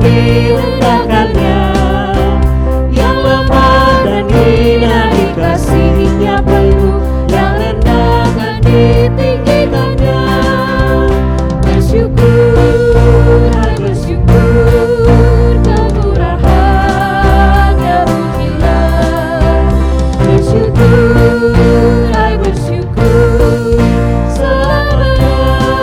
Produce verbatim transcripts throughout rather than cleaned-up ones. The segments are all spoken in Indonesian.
direndahkannya, yang lemah dan hina dikasihinya penuh, yang rendah dan ditinggikannya. Bersyukur, hai bersyukur, kemurahan-Nya menggila. Bersyukur, hai bersyukur, selamanya.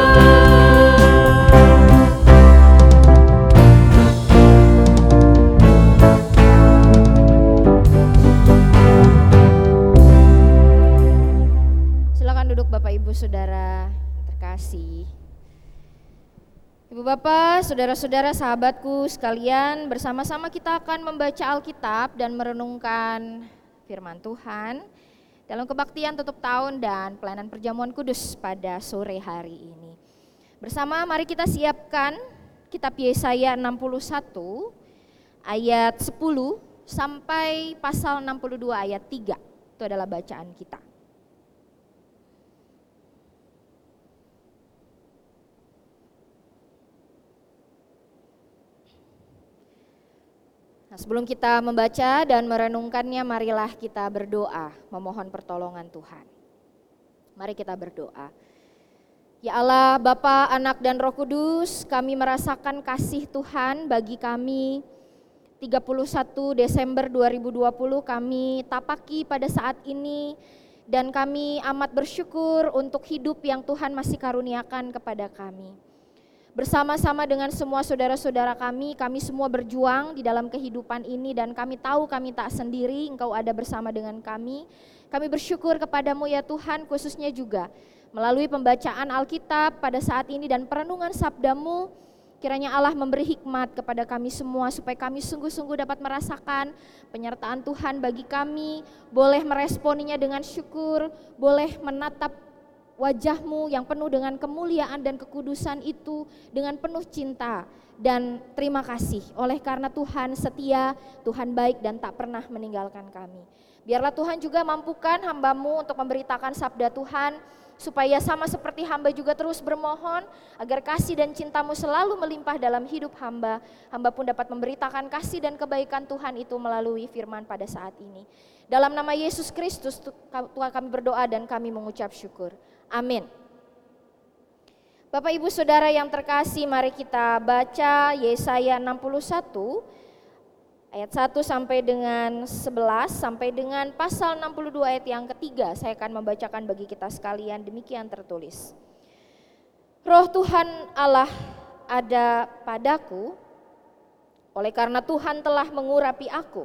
Silakan duduk Bapak Ibu Saudara yang terkasih. Ibu Bapak, saudara-saudara, sahabatku sekalian, bersama-sama kita akan membaca Alkitab dan merenungkan firman Tuhan dalam kebaktian tutup tahun dan pelayanan perjamuan kudus pada sore hari ini. Bersama mari kita siapkan kitab Yesaya enam puluh satu ayat sepuluh sampai pasal enam puluh dua ayat tiga. Itu adalah bacaan kita. Nah, sebelum kita membaca dan merenungkannya, marilah kita berdoa memohon pertolongan Tuhan. Mari kita berdoa. Ya Allah, Bapa, Anak, dan Roh Kudus, kami merasakan kasih Tuhan bagi kami. tiga puluh satu Desember dua ribu dua puluh kami tapaki pada saat ini, dan kami amat bersyukur untuk hidup yang Tuhan masih karuniakan kepada kami. Bersama-sama dengan semua saudara-saudara kami, kami semua berjuang di dalam kehidupan ini dan kami tahu kami tak sendiri, Engkau ada bersama dengan kami. Kami bersyukur kepadamu ya Tuhan, khususnya juga melalui pembacaan Alkitab pada saat ini dan perenungan sabdamu, kiranya Allah memberi hikmat kepada kami semua supaya kami sungguh-sungguh dapat merasakan penyertaan Tuhan bagi kami, boleh meresponinya dengan syukur, boleh menatap wajah-Mu yang penuh dengan kemuliaan dan kekudusan itu dengan penuh cinta dan terima kasih oleh karena Tuhan setia, Tuhan baik dan tak pernah meninggalkan kami. Biarlah Tuhan juga mampukan hamba-Mu untuk memberitakan sabda Tuhan, supaya sama seperti hamba juga terus bermohon agar kasih dan cinta-Mu selalu melimpah dalam hidup hamba. Hamba pun dapat memberitakan kasih dan kebaikan Tuhan itu melalui firman pada saat ini. Dalam nama Yesus Kristus Tuhan kami berdoa dan kami mengucap syukur. Amin. Bapak Ibu Saudara yang terkasih, mari kita baca Yesaya enam puluh satu ayat satu sampai dengan sebelas sampai dengan pasal enam puluh dua ayat yang ketiga. Saya akan membacakan bagi kita sekalian, demikian tertulis. Roh Tuhan Allah ada padaku, oleh karena Tuhan telah mengurapi aku.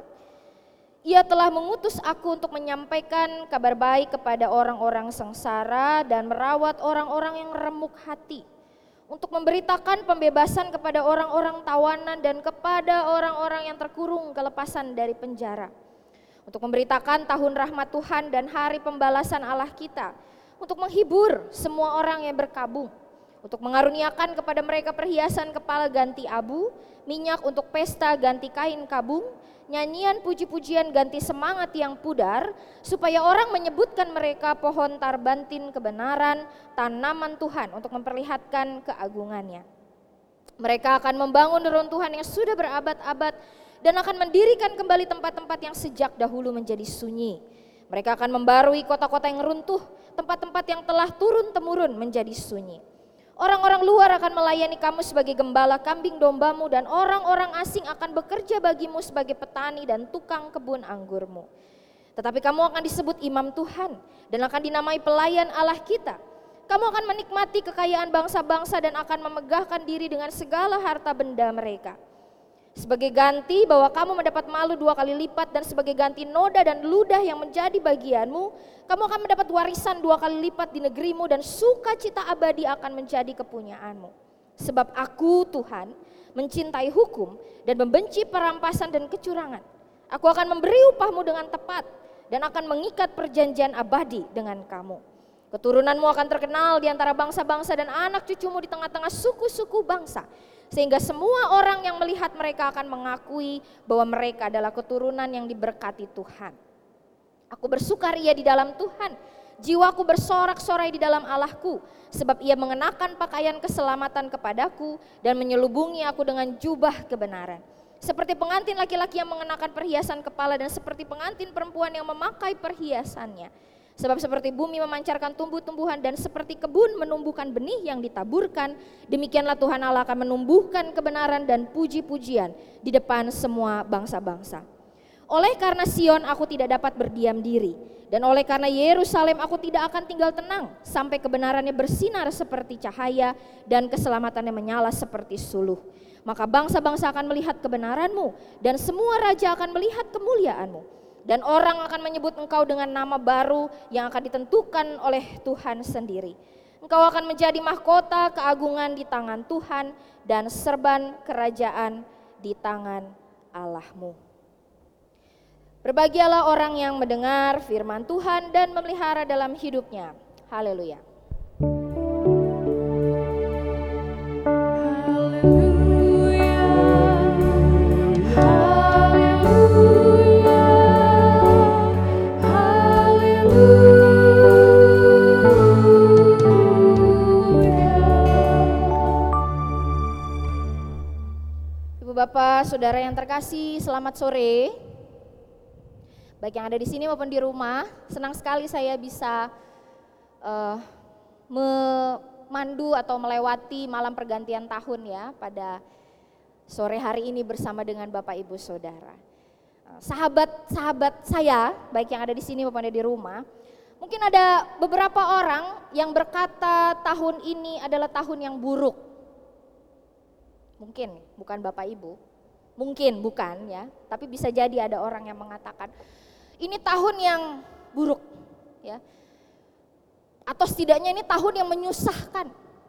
Ia telah mengutus aku untuk menyampaikan kabar baik kepada orang-orang sengsara dan merawat orang-orang yang remuk hati, untuk memberitakan pembebasan kepada orang-orang tawanan dan kepada orang-orang yang terkurung kelepasan dari penjara, untuk memberitakan tahun rahmat Tuhan dan hari pembalasan Allah kita, untuk menghibur semua orang yang berkabung, untuk mengaruniakan kepada mereka perhiasan kepala ganti abu, minyak untuk pesta ganti kain kabung, nyanyian puji-pujian ganti semangat yang pudar, supaya orang menyebutkan mereka pohon tarbantin kebenaran, tanaman Tuhan untuk memperlihatkan keagungannya. Mereka akan membangun reruntuhan yang sudah berabad-abad dan akan mendirikan kembali tempat-tempat yang sejak dahulu menjadi sunyi. Mereka akan membarui kota-kota yang runtuh, tempat-tempat yang telah turun-temurun menjadi sunyi. Orang-orang luar akan melayani kamu sebagai gembala kambing dombamu, dan orang-orang asing akan bekerja bagimu sebagai petani dan tukang kebun anggurmu. Tetapi kamu akan disebut imam Tuhan dan akan dinamai pelayan Allah kita. Kamu akan menikmati kekayaan bangsa-bangsa dan akan memegahkan diri dengan segala harta benda mereka. Sebagai ganti bahwa kamu mendapat malu dua kali lipat, dan sebagai ganti noda dan ludah yang menjadi bagianmu, kamu akan mendapat warisan dua kali lipat di negerimu, dan sukacita abadi akan menjadi kepunyaanmu. Sebab aku Tuhan mencintai hukum dan membenci perampasan dan kecurangan. Aku akan memberi upahmu dengan tepat dan akan mengikat perjanjian abadi dengan kamu. Keturunanmu akan terkenal di antara bangsa-bangsa dan anak cucumu di tengah-tengah suku-suku bangsa. Sehingga semua orang yang melihat mereka akan mengakui bahwa mereka adalah keturunan yang diberkati Tuhan. Aku bersukaria di dalam Tuhan, Jiwaku bersorak-sorai di dalam Allahku, sebab ia mengenakan pakaian keselamatan kepadaku dan menyelubungi aku dengan jubah kebenaran. Seperti pengantin laki-laki yang mengenakan perhiasan kepala dan seperti pengantin perempuan yang memakai perhiasannya. Sebab seperti bumi memancarkan tumbuh-tumbuhan dan seperti kebun menumbuhkan benih yang ditaburkan, demikianlah Tuhan Allah akan menumbuhkan kebenaran dan puji-pujian di depan semua bangsa-bangsa. Oleh karena Sion aku tidak dapat berdiam diri, dan oleh karena Yerusalem aku tidak akan tinggal tenang sampai kebenarannya bersinar seperti cahaya dan keselamatannya menyala seperti suluh. Maka bangsa-bangsa akan melihat kebenaranmu dan semua raja akan melihat kemuliaanmu. Dan orang akan menyebut engkau dengan nama baru yang akan ditentukan oleh Tuhan sendiri. Engkau akan menjadi mahkota keagungan di tangan Tuhan dan serban kerajaan di tangan Allahmu. Berbahagialah orang yang mendengar firman Tuhan dan memelihara dalam hidupnya. Haleluya. Bapak, saudara yang terkasih, selamat sore. Baik yang ada di sini maupun di rumah, senang sekali saya bisa uh, memandu atau melewati malam pergantian tahun ya pada sore hari ini bersama dengan Bapak Ibu Saudara. Uh, Sahabat-sahabat saya, baik yang ada di sini maupun ada di rumah, mungkin ada beberapa orang yang berkata tahun ini adalah tahun yang buruk. Mungkin bukan Bapak Ibu, mungkin bukan ya, tapi bisa jadi ada orang yang mengatakan ini tahun yang buruk ya, atau setidaknya ini tahun yang menyusahkan.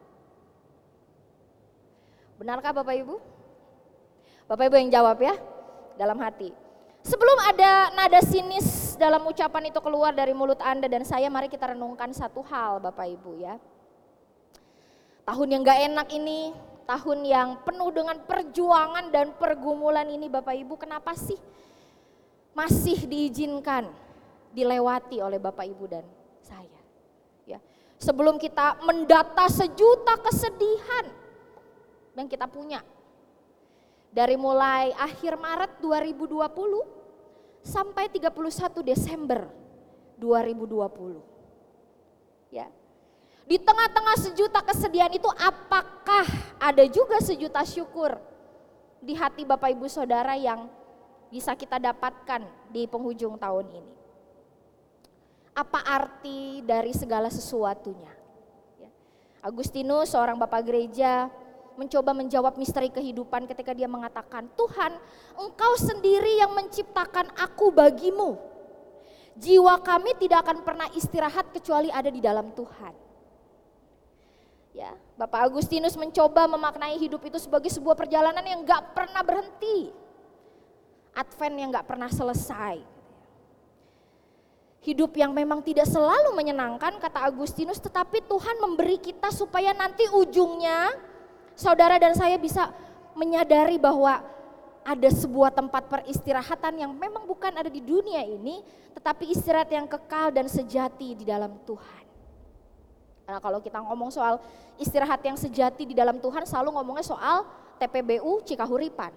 Benarkah Bapak Ibu? Bapak Ibu yang jawab ya dalam hati. Sebelum ada nada sinis dalam ucapan itu keluar dari mulut Anda dan saya, mari kita renungkan satu hal Bapak Ibu ya. Tahun yang gak enak ini, tahun yang penuh dengan perjuangan dan pergumulan ini Bapak Ibu, kenapa sih masih diizinkan dilewati oleh Bapak Ibu dan saya? Ya, sebelum kita mendata sejuta kesedihan yang kita punya dari mulai akhir Maret dua ribu dua puluh sampai tiga puluh satu Desember dua ribu dua puluh. Ya. Di tengah-tengah sejuta kesedihan itu apakah ada juga sejuta syukur di hati Bapak Ibu Saudara yang bisa kita dapatkan di penghujung tahun ini? Apa arti dari segala sesuatunya? Agustinus, seorang bapak gereja, mencoba menjawab misteri kehidupan ketika dia mengatakan, Tuhan, Engkau sendiri yang menciptakan aku bagimu. Jiwa kami tidak akan pernah istirahat kecuali ada di dalam Tuhan. Ya, Bapak Agustinus mencoba memaknai hidup itu sebagai sebuah perjalanan yang gak pernah berhenti. Advent yang gak pernah selesai. Hidup yang memang tidak selalu menyenangkan kata Agustinus, tetapi Tuhan memberi kita supaya nanti ujungnya saudara dan saya bisa menyadari bahwa ada sebuah tempat peristirahatan yang memang bukan ada di dunia ini, tetapi istirahat yang kekal dan sejati di dalam Tuhan. Karena kalau kita ngomong soal istirahat yang sejati di dalam Tuhan, selalu ngomongnya soal T P B U Cikahuripan.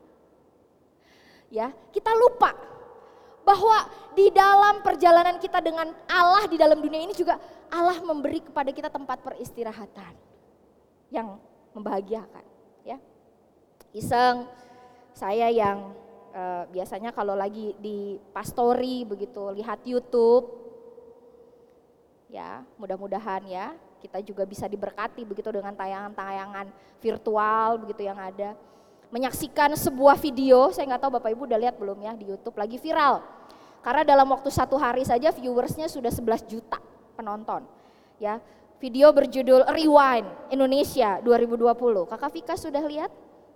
Ya, kita lupa bahwa di dalam perjalanan kita dengan Allah di dalam dunia ini juga Allah memberi kepada kita tempat peristirahatan yang membahagiakan. Ya, iseng saya yang eh, biasanya kalau lagi di pastori begitu lihat YouTube. Ya, mudah-mudahan ya kita juga bisa diberkati begitu dengan tayangan-tayangan virtual begitu yang ada. Menyaksikan sebuah video, saya nggak tahu Bapak Ibu udah lihat belum ya di YouTube, lagi viral. Karena dalam waktu satu hari saja viewersnya sudah sebelas juta penonton. Ya, video berjudul Rewind Indonesia dua ribu dua puluh. Kakak Vika sudah lihat?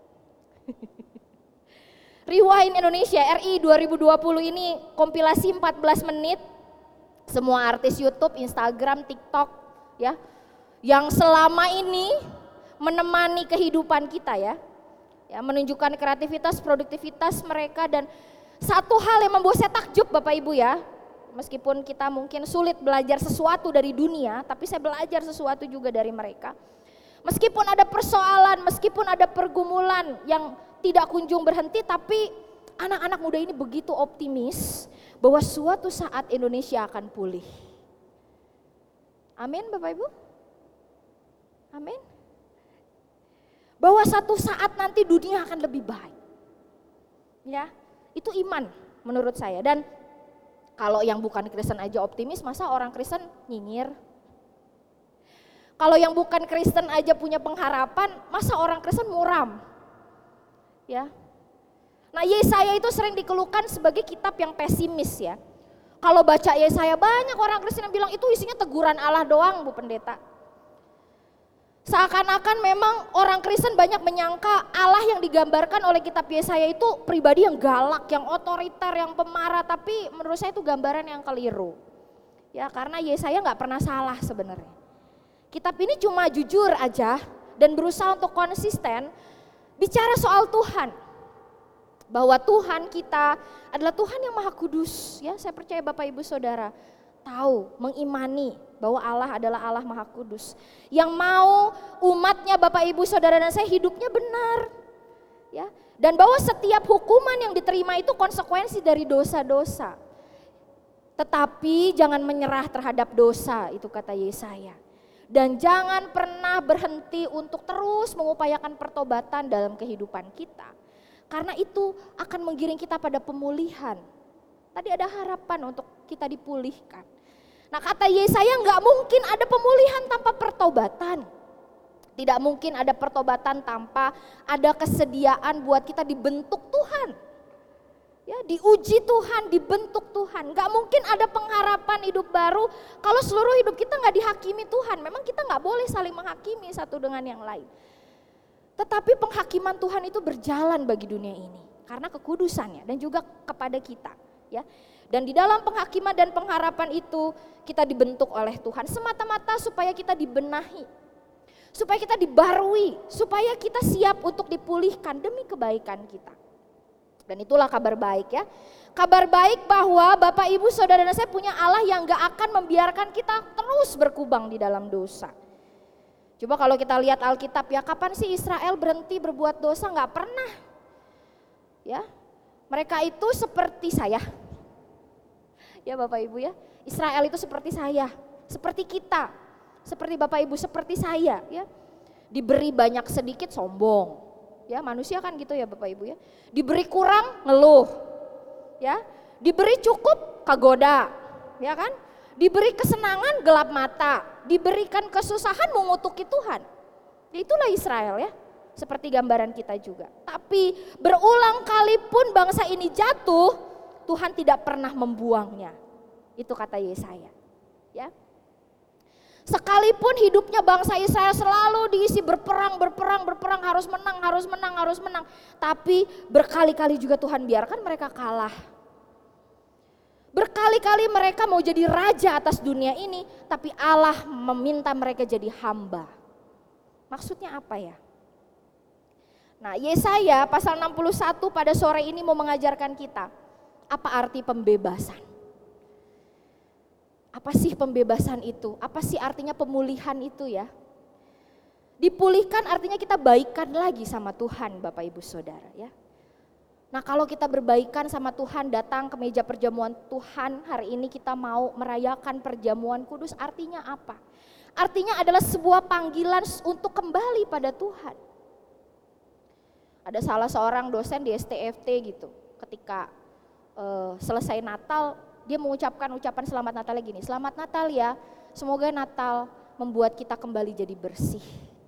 Rewind Indonesia R I dua ribu dua puluh ini kompilasi empat belas menit. Semua artis YouTube, Instagram, TikTok ya, yang selama ini menemani kehidupan kita ya, ya menunjukkan kreativitas, produktivitas mereka. Dan satu hal yang membuat saya takjub Bapak Ibu ya, Meskipun kita mungkin sulit belajar sesuatu dari dunia, tapi saya belajar sesuatu juga dari mereka. Meskipun ada persoalan, meskipun ada pergumulan yang tidak kunjung berhenti, tapi anak-anak muda ini begitu optimis bahwa suatu saat Indonesia akan pulih. Amin Bapak Ibu? Amin. Bahwa satu saat nanti dunia akan lebih baik. Ya, itu iman menurut saya. Dan kalau yang bukan Kristen aja optimis, masa orang Kristen nyinyir? Kalau yang bukan Kristen aja punya pengharapan, masa orang Kristen muram? Ya. Nah, Yesaya itu sering dikeluhkan sebagai kitab yang pesimis ya. Kalau baca Yesaya banyak orang Kristen yang bilang itu isinya teguran Allah doang, Bu Pendeta. Seakan-akan memang orang Kristen banyak menyangka Allah yang digambarkan oleh kitab Yesaya itu pribadi yang galak, yang otoriter, yang pemarah, tapi menurut saya itu gambaran yang keliru. Ya, karena Yesaya nggak pernah salah sebenarnya. Kitab ini cuma jujur aja dan berusaha untuk konsisten bicara soal Tuhan. Bahwa Tuhan kita adalah Tuhan yang Maha Kudus. Ya, saya percaya Bapak Ibu Saudara tahu, mengimani bahwa Allah adalah Allah Maha Kudus. Yang mau umatnya Bapak Ibu Saudara dan saya hidupnya benar. Ya, dan bahwa setiap hukuman yang diterima itu konsekuensi dari dosa-dosa. Tetapi jangan menyerah terhadap dosa, itu kata Yesaya. Dan jangan pernah berhenti untuk terus mengupayakan pertobatan dalam kehidupan kita. Karena itu akan menggiring kita pada pemulihan. Tadi ada harapan untuk kita dipulihkan. Nah, kata Yesaya nggak mungkin ada pemulihan tanpa pertobatan. Tidak mungkin ada pertobatan tanpa ada kesediaan buat kita dibentuk Tuhan. Ya, diuji Tuhan, dibentuk Tuhan. Nggak mungkin ada pengharapan hidup baru kalau seluruh hidup kita nggak dihakimi Tuhan. Memang kita nggak boleh saling menghakimi satu dengan yang lain. Tetapi penghakiman Tuhan itu berjalan bagi dunia ini karena kekudusannya dan juga kepada kita. Ya, dan di dalam penghakiman dan pengharapan itu kita dibentuk oleh Tuhan semata-mata supaya kita dibenahi, supaya kita dibarui, supaya kita siap untuk dipulihkan demi kebaikan kita. Dan itulah kabar baik ya. Kabar baik bahwa Bapak Ibu Saudara dan saya punya Allah yang gak akan membiarkan kita terus berkubang di dalam dosa. Coba kalau kita lihat Alkitab ya, kapan sih Israel berhenti berbuat dosa? Gak pernah. Ya, mereka itu seperti saya. Ya Bapak Ibu ya, Israel itu seperti saya, seperti kita, seperti Bapak Ibu, seperti saya ya. Diberi banyak sedikit sombong. Ya, manusia kan gitu ya Bapak Ibu ya. Diberi kurang ngeluh. Ya, diberi cukup kagoda. Ya kan? Diberi kesenangan gelap mata, diberikan kesusahan mengutuki Tuhan. Itulah Israel ya, seperti gambaran kita juga. Tapi berulang kali pun bangsa ini jatuh, Tuhan tidak pernah membuangnya. Itu kata Yesaya. Ya. Sekalipun hidupnya bangsa Israel selalu diisi berperang, berperang, berperang, harus menang, harus menang, harus menang. Tapi berkali-kali juga Tuhan biarkan mereka kalah. Berkali-kali mereka mau jadi raja atas dunia ini, tapi Allah meminta mereka jadi hamba. Maksudnya apa ya? Nah, Yesaya pasal enam puluh satu pada sore ini mau mengajarkan kita apa arti pembebasan. Apa sih pembebasan itu? Apa sih artinya pemulihan itu ya? Dipulihkan artinya kita baikan lagi sama Tuhan Bapak Ibu Saudara ya. Nah, kalau kita berbaikan sama Tuhan, datang ke meja perjamuan Tuhan, hari ini kita mau merayakan perjamuan kudus, artinya apa? Artinya adalah sebuah panggilan untuk kembali pada Tuhan. Ada salah seorang dosen di S T F T gitu, ketika uh, selesai Natal, dia mengucapkan ucapan selamat Natalnya gini, selamat Natal ya, semoga Natal membuat kita kembali jadi bersih.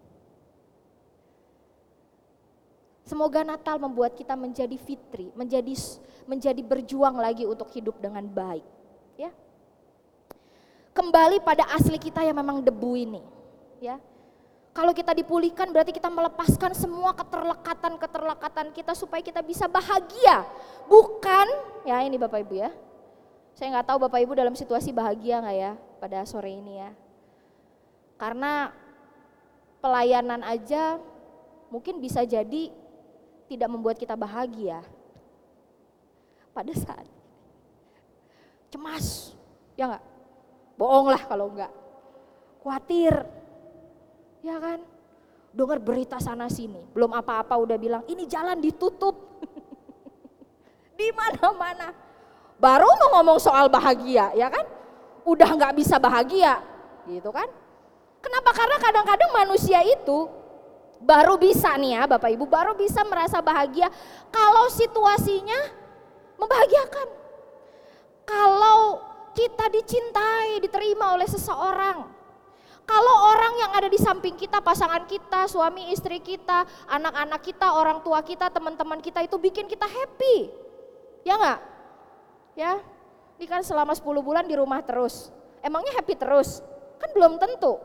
Semoga Natal membuat kita menjadi fitri, menjadi menjadi berjuang lagi untuk hidup dengan baik, ya. Kembali pada asli kita yang memang debu ini, ya. Kalau kita dipulihkan berarti kita melepaskan semua keterlekatan-keterlekatan kita supaya kita bisa bahagia. Bukan, ya ini Bapak Ibu ya. Saya nggak tahu Bapak Ibu dalam situasi bahagia nggak ya pada sore ini ya. Karena pelayanan aja mungkin bisa jadi tidak membuat kita bahagia pada saat. cemas, ya enggak? Bohong lah kalau enggak. Khawatir, ya kan? Dengar berita sana sini, belum apa-apa udah bilang ini jalan ditutup. Di mana-mana. Baru mau ngomong soal bahagia, ya kan? Udah nggak bisa bahagia, gitu kan? Kenapa? Karena kadang-kadang manusia itu baru bisa nih ya Bapak Ibu, baru bisa merasa bahagia kalau situasinya membahagiakan. Kalau kita dicintai, diterima oleh seseorang. Kalau orang yang ada di samping kita, pasangan kita, suami istri kita, anak-anak kita, orang tua kita, teman-teman kita itu bikin kita happy. Ya enggak? Ya, ini kan selama sepuluh bulan di rumah terus. Emangnya happy terus? Kan belum tentu.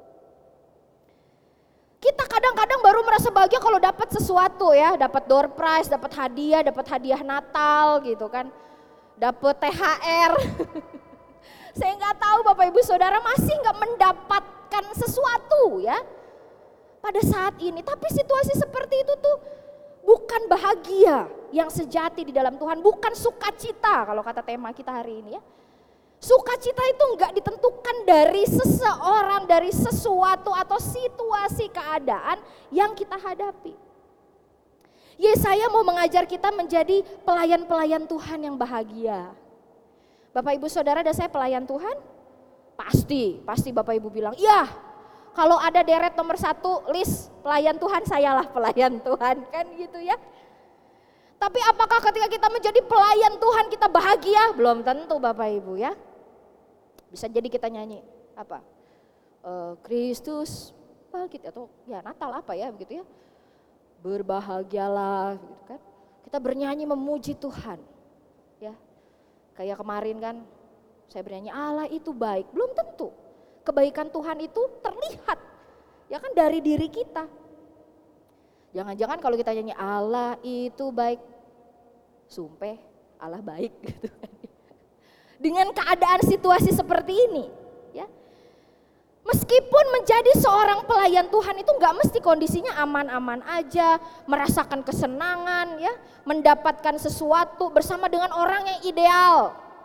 Kita kadang-kadang baru merasa bahagia kalau dapat sesuatu ya, dapat door prize, dapat hadiah, dapat hadiah Natal gitu kan, dapat T H R. Saya nggak tahu Bapak Ibu Saudara masih nggak mendapatkan sesuatu ya pada saat ini. Tapi situasi seperti itu tuh bukan bahagia yang sejati di dalam Tuhan, bukan sukacita kalau kata tema kita hari ini ya. Sukacita itu enggak ditentukan dari seseorang, dari sesuatu atau situasi keadaan yang kita hadapi. Yesaya mau mengajar kita menjadi pelayan-pelayan Tuhan yang bahagia. Bapak Ibu Saudara, ada saya pelayan Tuhan? Pasti, pasti Bapak Ibu bilang, iya. Kalau ada deret nomor satu list pelayan Tuhan, sayalah pelayan Tuhan, kan gitu ya. Tapi apakah ketika kita menjadi pelayan Tuhan kita bahagia? Belum tentu Bapak Ibu ya. Bisa jadi kita nyanyi apa? Kristus bangkit atau ya Natal apa ya begitu ya. Berbahagialah gitu kan. Kita bernyanyi memuji Tuhan. Ya. Kayak kemarin kan saya bernyanyi Allah itu baik. Belum tentu. Kebaikan Tuhan itu terlihat. Ya kan dari diri kita. Jangan-jangan kalau kita nyanyi Allah itu baik, sumpah Allah baik gitu kan. Dengan keadaan situasi seperti ini, ya. Meskipun menjadi seorang pelayan Tuhan itu nggak mesti kondisinya aman-aman aja, merasakan kesenangan, ya, mendapatkan sesuatu bersama dengan orang yang ideal.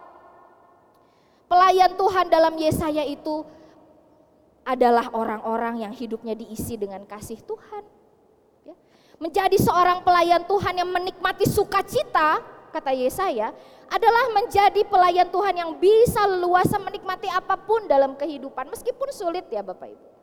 Pelayan Tuhan dalam Yesaya itu adalah orang-orang yang hidupnya diisi dengan kasih Tuhan. Menjadi seorang pelayan Tuhan yang menikmati sukacita, kata Yesaya, adalah menjadi pelayan Tuhan yang bisa leluasa menikmati apapun dalam kehidupan, meskipun sulit ya Bapak Ibu.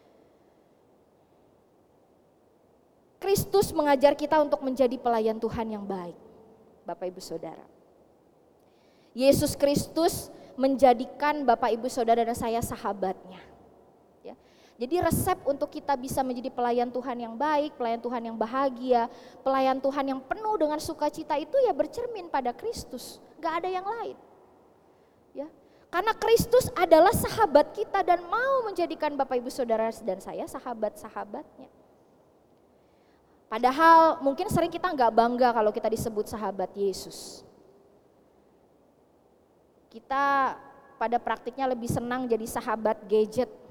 Kristus mengajar kita untuk menjadi pelayan Tuhan yang baik, Bapak Ibu Saudara. Yesus Kristus menjadikan Bapak Ibu Saudara dan saya sahabatnya. Jadi resep untuk kita bisa menjadi pelayan Tuhan yang baik, pelayan Tuhan yang bahagia, pelayan Tuhan yang penuh dengan sukacita itu ya bercermin pada Kristus, gak ada yang lain. Ya, karena Kristus adalah sahabat kita dan mau menjadikan Bapak Ibu Saudara dan saya sahabat-sahabatnya. Padahal mungkin sering kita gak bangga kalau kita disebut sahabat Yesus. Kita pada praktiknya lebih senang jadi sahabat gadget,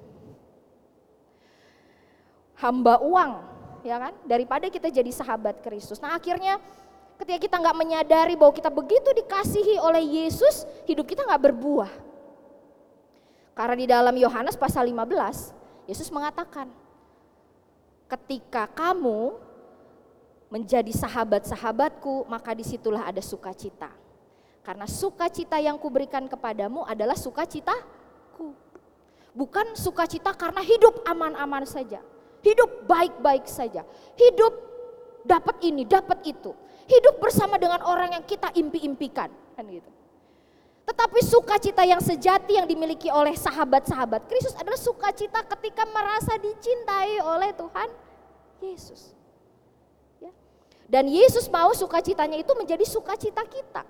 hamba uang, ya kan? Daripada kita jadi sahabat Kristus. Nah akhirnya ketika kita nggak menyadari bahwa kita begitu dikasihi oleh Yesus, hidup kita nggak berbuah. Karena di dalam Yohanes pasal lima belas, Yesus mengatakan, ketika kamu menjadi sahabat-sahabatku, maka disitulah ada sukacita. Karena sukacita yang kuberikan kepadamu adalah sukacitaku. Bukan sukacita karena hidup aman-aman saja. Hidup baik-baik saja, hidup dapat ini, dapat itu, hidup bersama dengan orang yang kita impi-impikan, kan gitu. Tetapi sukacita yang sejati yang dimiliki oleh sahabat-sahabat Kristus adalah sukacita ketika merasa dicintai oleh Tuhan Yesus. Ya. Dan Yesus mau sukacitanya itu menjadi sukacita kita.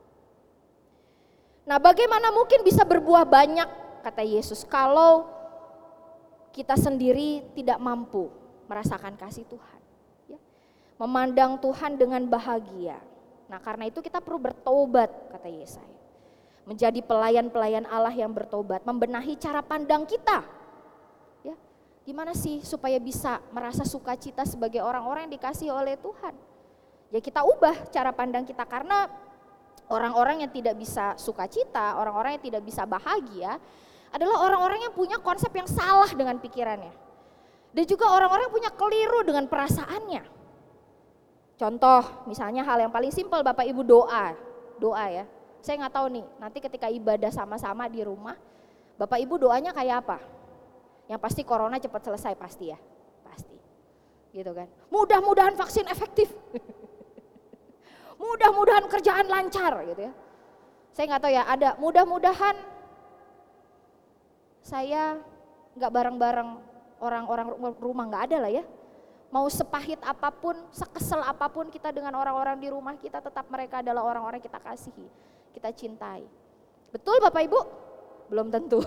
Nah, bagaimana mungkin bisa berbuah banyak, kata Yesus, kalau kita sendiri tidak mampu merasakan kasih Tuhan, ya. Memandang Tuhan dengan bahagia. Nah karena itu kita perlu bertobat, kata Yesaya. Menjadi pelayan-pelayan Allah yang bertobat, membenahi cara pandang kita. Ya, gimana sih supaya bisa merasa sukacita sebagai orang-orang yang dikasihi oleh Tuhan? Ya kita ubah cara pandang kita, karena Orang-orang yang tidak bisa sukacita, orang-orang yang tidak bisa bahagia adalah orang-orang yang punya konsep yang salah dengan pikirannya. Dan juga orang-orang yang punya keliru dengan perasaannya. Contoh misalnya hal yang paling simpel, Bapak Ibu doa, doa ya. Saya nggak tahu nih, nanti ketika ibadah sama-sama di rumah, Bapak Ibu doanya kayak apa? Yang pasti corona cepat selesai pasti ya, pasti. Gitu kan. Mudah-mudahan vaksin efektif. Mudah-mudahan kerjaan lancar gitu ya. Saya nggak tahu ya, ada mudah-mudahan saya nggak bareng-bareng orang-orang rumah, nggak ada lah ya. Mau sepahit apapun, sekesel apapun kita dengan orang-orang di rumah kita, tetap mereka adalah orang-orang yang kita kasihi, kita cintai. Betul Bapak Ibu? Belum tentu.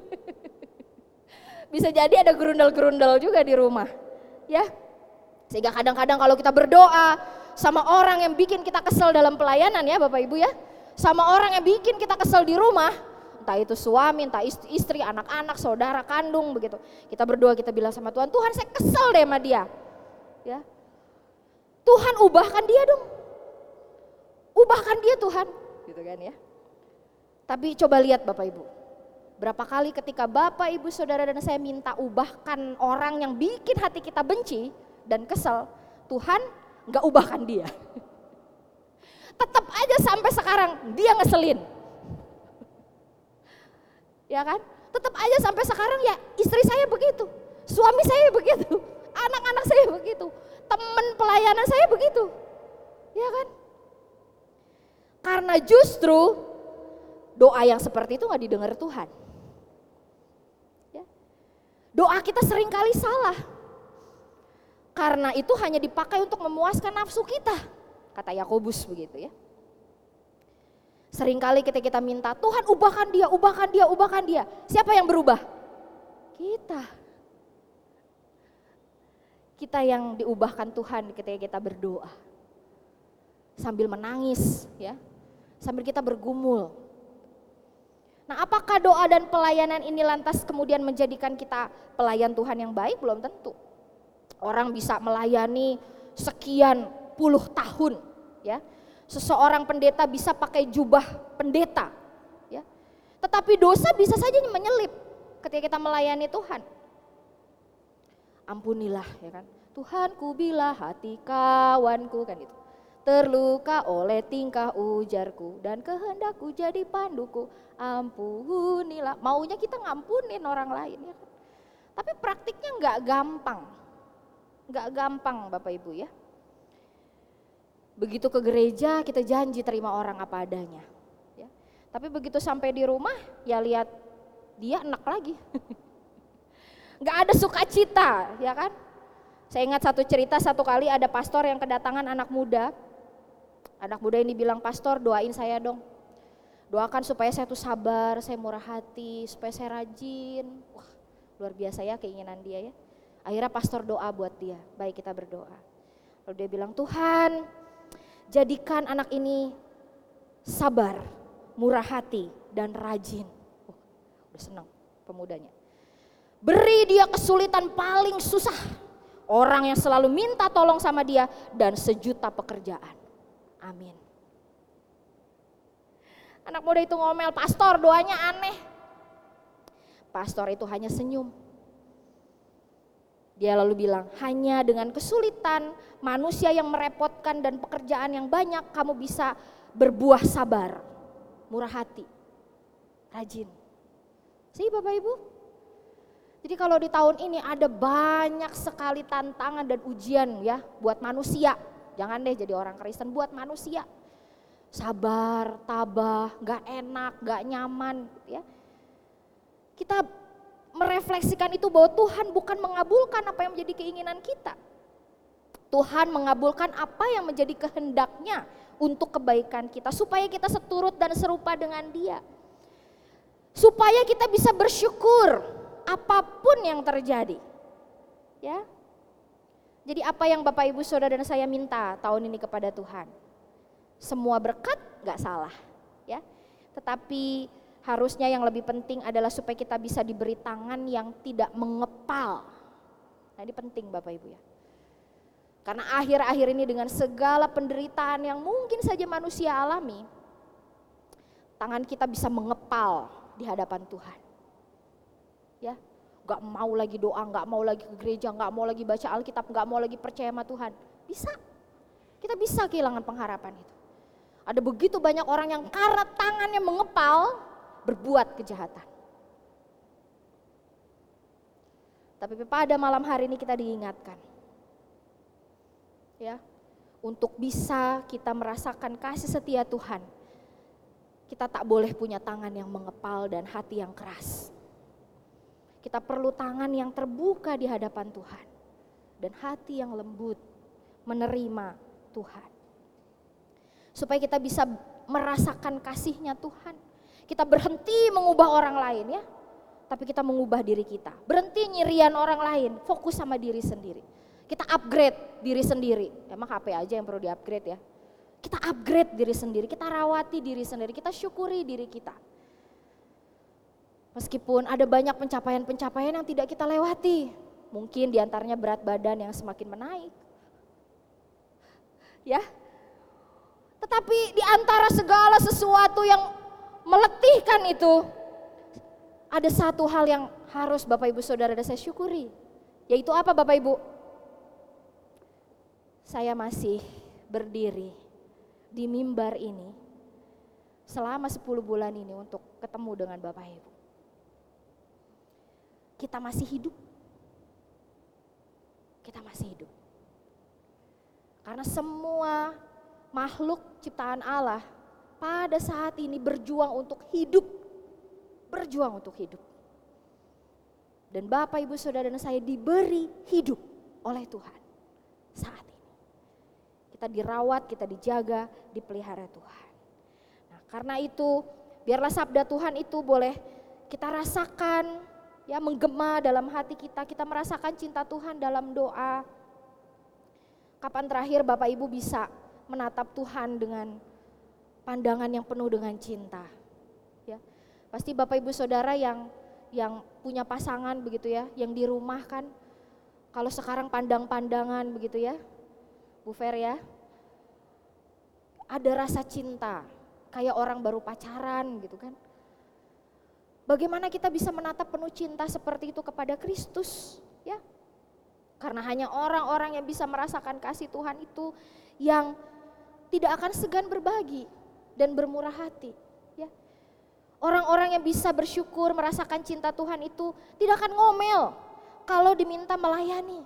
Bisa jadi ada gerundel-gerundel juga di rumah. Ya. Sehingga kadang-kadang kalau kita berdoa sama orang yang bikin kita kesel dalam pelayanan ya Bapak Ibu ya, sama orang yang bikin kita kesel di rumah, entah itu suami, entah istri, anak-anak, saudara kandung begitu. Kita berdoa, kita bilang sama Tuhan, Tuhan saya kesel deh sama dia. Ya. Tuhan ubahkan dia dong. Ubahkan dia Tuhan, gitu kan ya. Tapi coba lihat Bapak Ibu. Berapa kali ketika Bapak, Ibu, Saudara dan saya minta ubahkan orang yang bikin hati kita benci dan kesel, Tuhan gak ubahkan dia. Tetap aja sampai sekarang dia ngeselin. Ya kan? Tetap aja sampai sekarang ya istri saya begitu, suami saya begitu, anak-anak saya begitu, teman pelayanan saya begitu. Ya kan? Karena justru doa yang seperti itu gak didengar Tuhan. Ya. Doa kita seringkali salah. Karena itu hanya dipakai untuk memuaskan nafsu kita, kata Yakobus begitu ya. Seringkali ketika kita minta, Tuhan ubahkan dia, ubahkan dia, ubahkan dia. Siapa yang berubah? Kita. Kita yang diubahkan Tuhan ketika kita berdoa. Sambil menangis ya, sambil kita bergumul. Nah, apakah doa dan pelayanan ini lantas kemudian menjadikan kita pelayan Tuhan yang baik? Belum tentu. Orang bisa melayani sekian puluh tahun ya. Seseorang pendeta bisa pakai jubah pendeta ya. Tetapi dosa bisa saja menyelip ketika kita melayani Tuhan. Ampunilah ya kan. Tuhan ku bila hati kawanku kan itu. Terluka oleh tingkah ujarku dan kehendakku jadi panduku. Ampunilah. Maunya kita ngampunin orang lain ya kan. Tapi praktiknya enggak gampang. Enggak gampang Bapak Ibu ya. Begitu ke gereja kita janji terima orang apa adanya. Ya. Tapi begitu sampai di rumah ya lihat dia enak lagi. Enggak ada sukacita ya kan. Saya ingat satu cerita, satu kali ada pastor yang kedatangan anak muda. Anak muda ini bilang, pastor doain saya dong. Doakan supaya saya tuh sabar, saya murah hati, supaya saya rajin. Wah luar biasa ya keinginan dia ya. Akhirnya pastor doa buat dia, baik kita berdoa. Lalu dia bilang, Tuhan jadikan anak ini sabar, murah hati, dan rajin. Oh, udah senang pemudanya. Beri dia kesulitan paling susah, orang yang selalu minta tolong sama dia, dan sejuta pekerjaan. Amin. Anak muda itu ngomel, pastor doanya aneh. Pastor itu hanya senyum. Dia lalu bilang, hanya dengan kesulitan, manusia yang merepotkan dan pekerjaan yang banyak, kamu bisa berbuah sabar, murah hati, rajin. Sih Bapak Ibu? Jadi kalau di tahun ini ada banyak sekali tantangan dan ujian ya buat manusia. Jangan deh jadi orang Kristen, buat manusia. Sabar, tabah, gak enak, gak nyaman ya. Kita merefleksikan itu bahwa Tuhan bukan mengabulkan apa yang menjadi keinginan kita. Tuhan mengabulkan apa yang menjadi kehendaknya untuk kebaikan kita. Supaya kita seturut dan serupa dengan dia. Supaya kita bisa bersyukur apapun yang terjadi. Ya. Jadi apa yang Bapak Ibu Saudara dan saya minta tahun ini kepada Tuhan. Semua berkat gak salah. Ya. Tetapi harusnya yang lebih penting adalah supaya kita bisa diberi tangan yang tidak mengepal. Nah ini penting Bapak Ibu ya. Karena akhir-akhir ini dengan segala penderitaan yang mungkin saja manusia alami, tangan kita bisa mengepal di hadapan Tuhan. Ya, gak mau lagi doa, gak mau lagi ke gereja, gak mau lagi baca Alkitab, gak mau lagi percaya sama Tuhan. Bisa, kita bisa kehilangan pengharapan itu. Ada begitu banyak orang yang karena tangannya mengepal berbuat kejahatan. Tapi pada malam hari ini kita diingatkan, ya, untuk bisa kita merasakan kasih setia Tuhan, kita tak boleh punya tangan yang mengepal dan hati yang keras. Kita perlu tangan yang terbuka di hadapan Tuhan dan hati yang lembut menerima Tuhan. Supaya kita bisa merasakan kasih-Nya Tuhan. Kita berhenti mengubah orang lain ya, tapi kita mengubah diri kita. Berhenti nyirian orang lain, fokus sama diri sendiri. Kita upgrade diri sendiri. Emang H P aja yang perlu di-upgrade ya. Kita upgrade diri sendiri, kita rawati diri sendiri, kita syukuri diri kita. Meskipun ada banyak pencapaian-pencapaian yang tidak kita lewati. Mungkin diantaranya berat badan yang semakin menaik. Ya. Tetapi di antara segala sesuatu yang meletihkan itu, ada satu hal yang harus Bapak Ibu Saudara dan saya syukuri. Yaitu apa Bapak Ibu? Saya masih berdiri di mimbar ini selama sepuluh bulan ini untuk ketemu dengan Bapak Ibu. Kita masih hidup. Kita masih hidup. Karena semua makhluk ciptaan Allah pada saat ini berjuang untuk hidup. Berjuang untuk hidup. Dan Bapak Ibu Saudara dan saya diberi hidup oleh Tuhan saat ini. Kita dirawat, kita dijaga, dipelihara Tuhan. Nah, karena itu biarlah sabda Tuhan itu boleh kita rasakan ya, menggema dalam hati kita, kita merasakan cinta Tuhan dalam doa. Kapan terakhir Bapak Ibu bisa menatap Tuhan dengan pandangan yang penuh dengan cinta? Ya, pasti Bapak Ibu Saudara yang yang punya pasangan begitu ya, yang di rumah kan, kalau sekarang pandang-pandangan begitu ya, Bu Fer ya, ada rasa cinta, kayak orang baru pacaran gitu kan. Bagaimana kita bisa menatap penuh cinta seperti itu kepada Kristus ya? Karena hanya orang-orang yang bisa merasakan kasih Tuhan itu yang tidak akan segan berbagi dan bermurah hati ya. Orang-orang yang bisa bersyukur merasakan cinta Tuhan itu tidak akan ngomel kalau diminta melayani.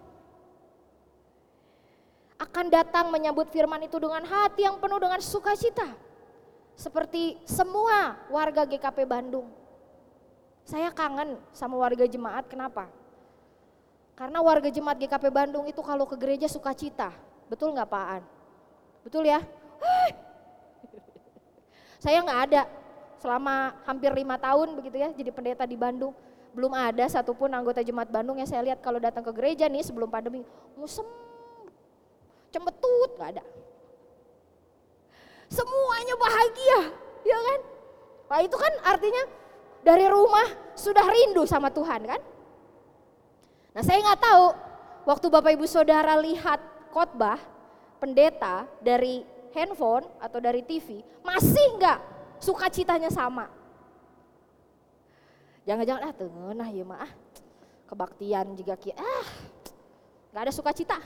Akan datang menyambut firman itu dengan hati yang penuh dengan sukacita. Seperti semua warga G K P Bandung. Saya kangen sama warga jemaat, kenapa? Karena warga jemaat G K P Bandung itu kalau ke gereja sukacita. Betul gak Pak An? Betul ya? Saya gak ada selama hampir lima tahun begitu ya jadi pendeta di Bandung. Belum ada satupun anggota jemaat Bandung yang saya lihat kalau datang ke gereja nih sebelum pandemi musem, cembetut, gak ada. Semuanya bahagia, ya kan? Nah itu kan artinya dari rumah sudah rindu sama Tuhan kan? Nah saya gak tahu waktu Bapak Ibu Saudara lihat khotbah pendeta dari handphone atau dari T V, masih enggak sukacitanya sama? Jangan-jangan ah tengenah ya mah ah, kebaktian juga ki ah enggak ada sukacita.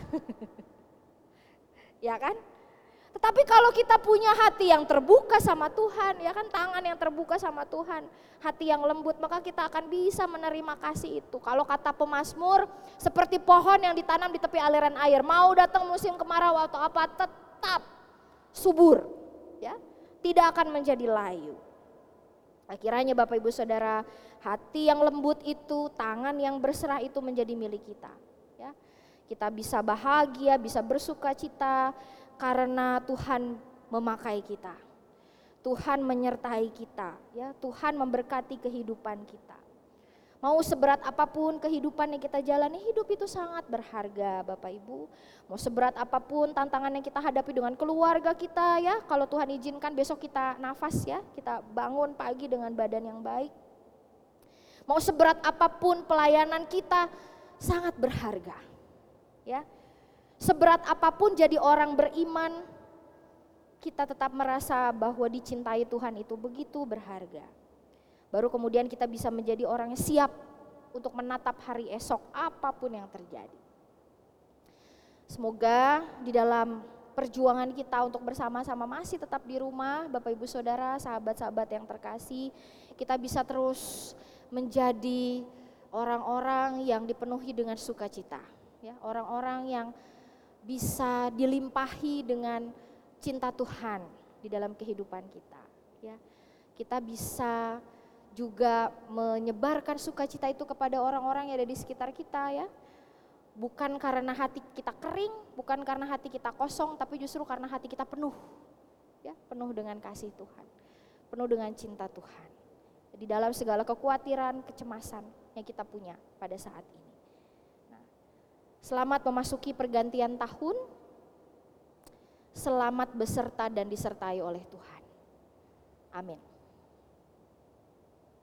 Ya kan? Tetapi kalau kita punya hati yang terbuka sama Tuhan, ya kan, tangan yang terbuka sama Tuhan, hati yang lembut, maka kita akan bisa menerima kasih itu. Kalau kata pemazmur, seperti pohon yang ditanam di tepi aliran air, mau datang musim kemarau atau apa, tetap subur, ya, tidak akan menjadi layu. Akhirnya Bapak Ibu Saudara, hati yang lembut itu, tangan yang berserah itu menjadi milik kita. Ya, kita bisa bahagia, bisa bersuka cita, karena Tuhan memakai kita, Tuhan menyertai kita, ya, Tuhan memberkati kehidupan kita. Mau seberat apapun kehidupan yang kita jalani, hidup itu sangat berharga Bapak Ibu. Mau seberat apapun tantangan yang kita hadapi dengan keluarga kita, ya, kalau Tuhan izinkan besok kita nafas, ya, kita bangun pagi dengan badan yang baik. Mau seberat apapun pelayanan kita sangat berharga, ya. Seberat apapun jadi orang beriman, kita tetap merasa bahwa dicintai Tuhan itu begitu berharga. Baru kemudian kita bisa menjadi orang yang siap untuk menatap hari esok apapun yang terjadi. Semoga di dalam perjuangan kita untuk bersama-sama masih tetap di rumah, Bapak Ibu Saudara, sahabat-sahabat yang terkasih, kita bisa terus menjadi orang-orang yang dipenuhi dengan sukacita, ya, orang-orang yang bisa dilimpahi dengan cinta Tuhan di dalam kehidupan kita, ya. Kita bisa juga menyebarkan sukacita itu kepada orang-orang yang ada di sekitar kita, ya. Bukan karena hati kita kering, bukan karena hati kita kosong, tapi justru karena hati kita penuh, ya, penuh dengan kasih Tuhan, penuh dengan cinta Tuhan. Di dalam segala kekhawatiran, kecemasan yang kita punya pada saat ini. Nah, selamat memasuki pergantian tahun, selamat beserta dan disertai oleh Tuhan. Amin.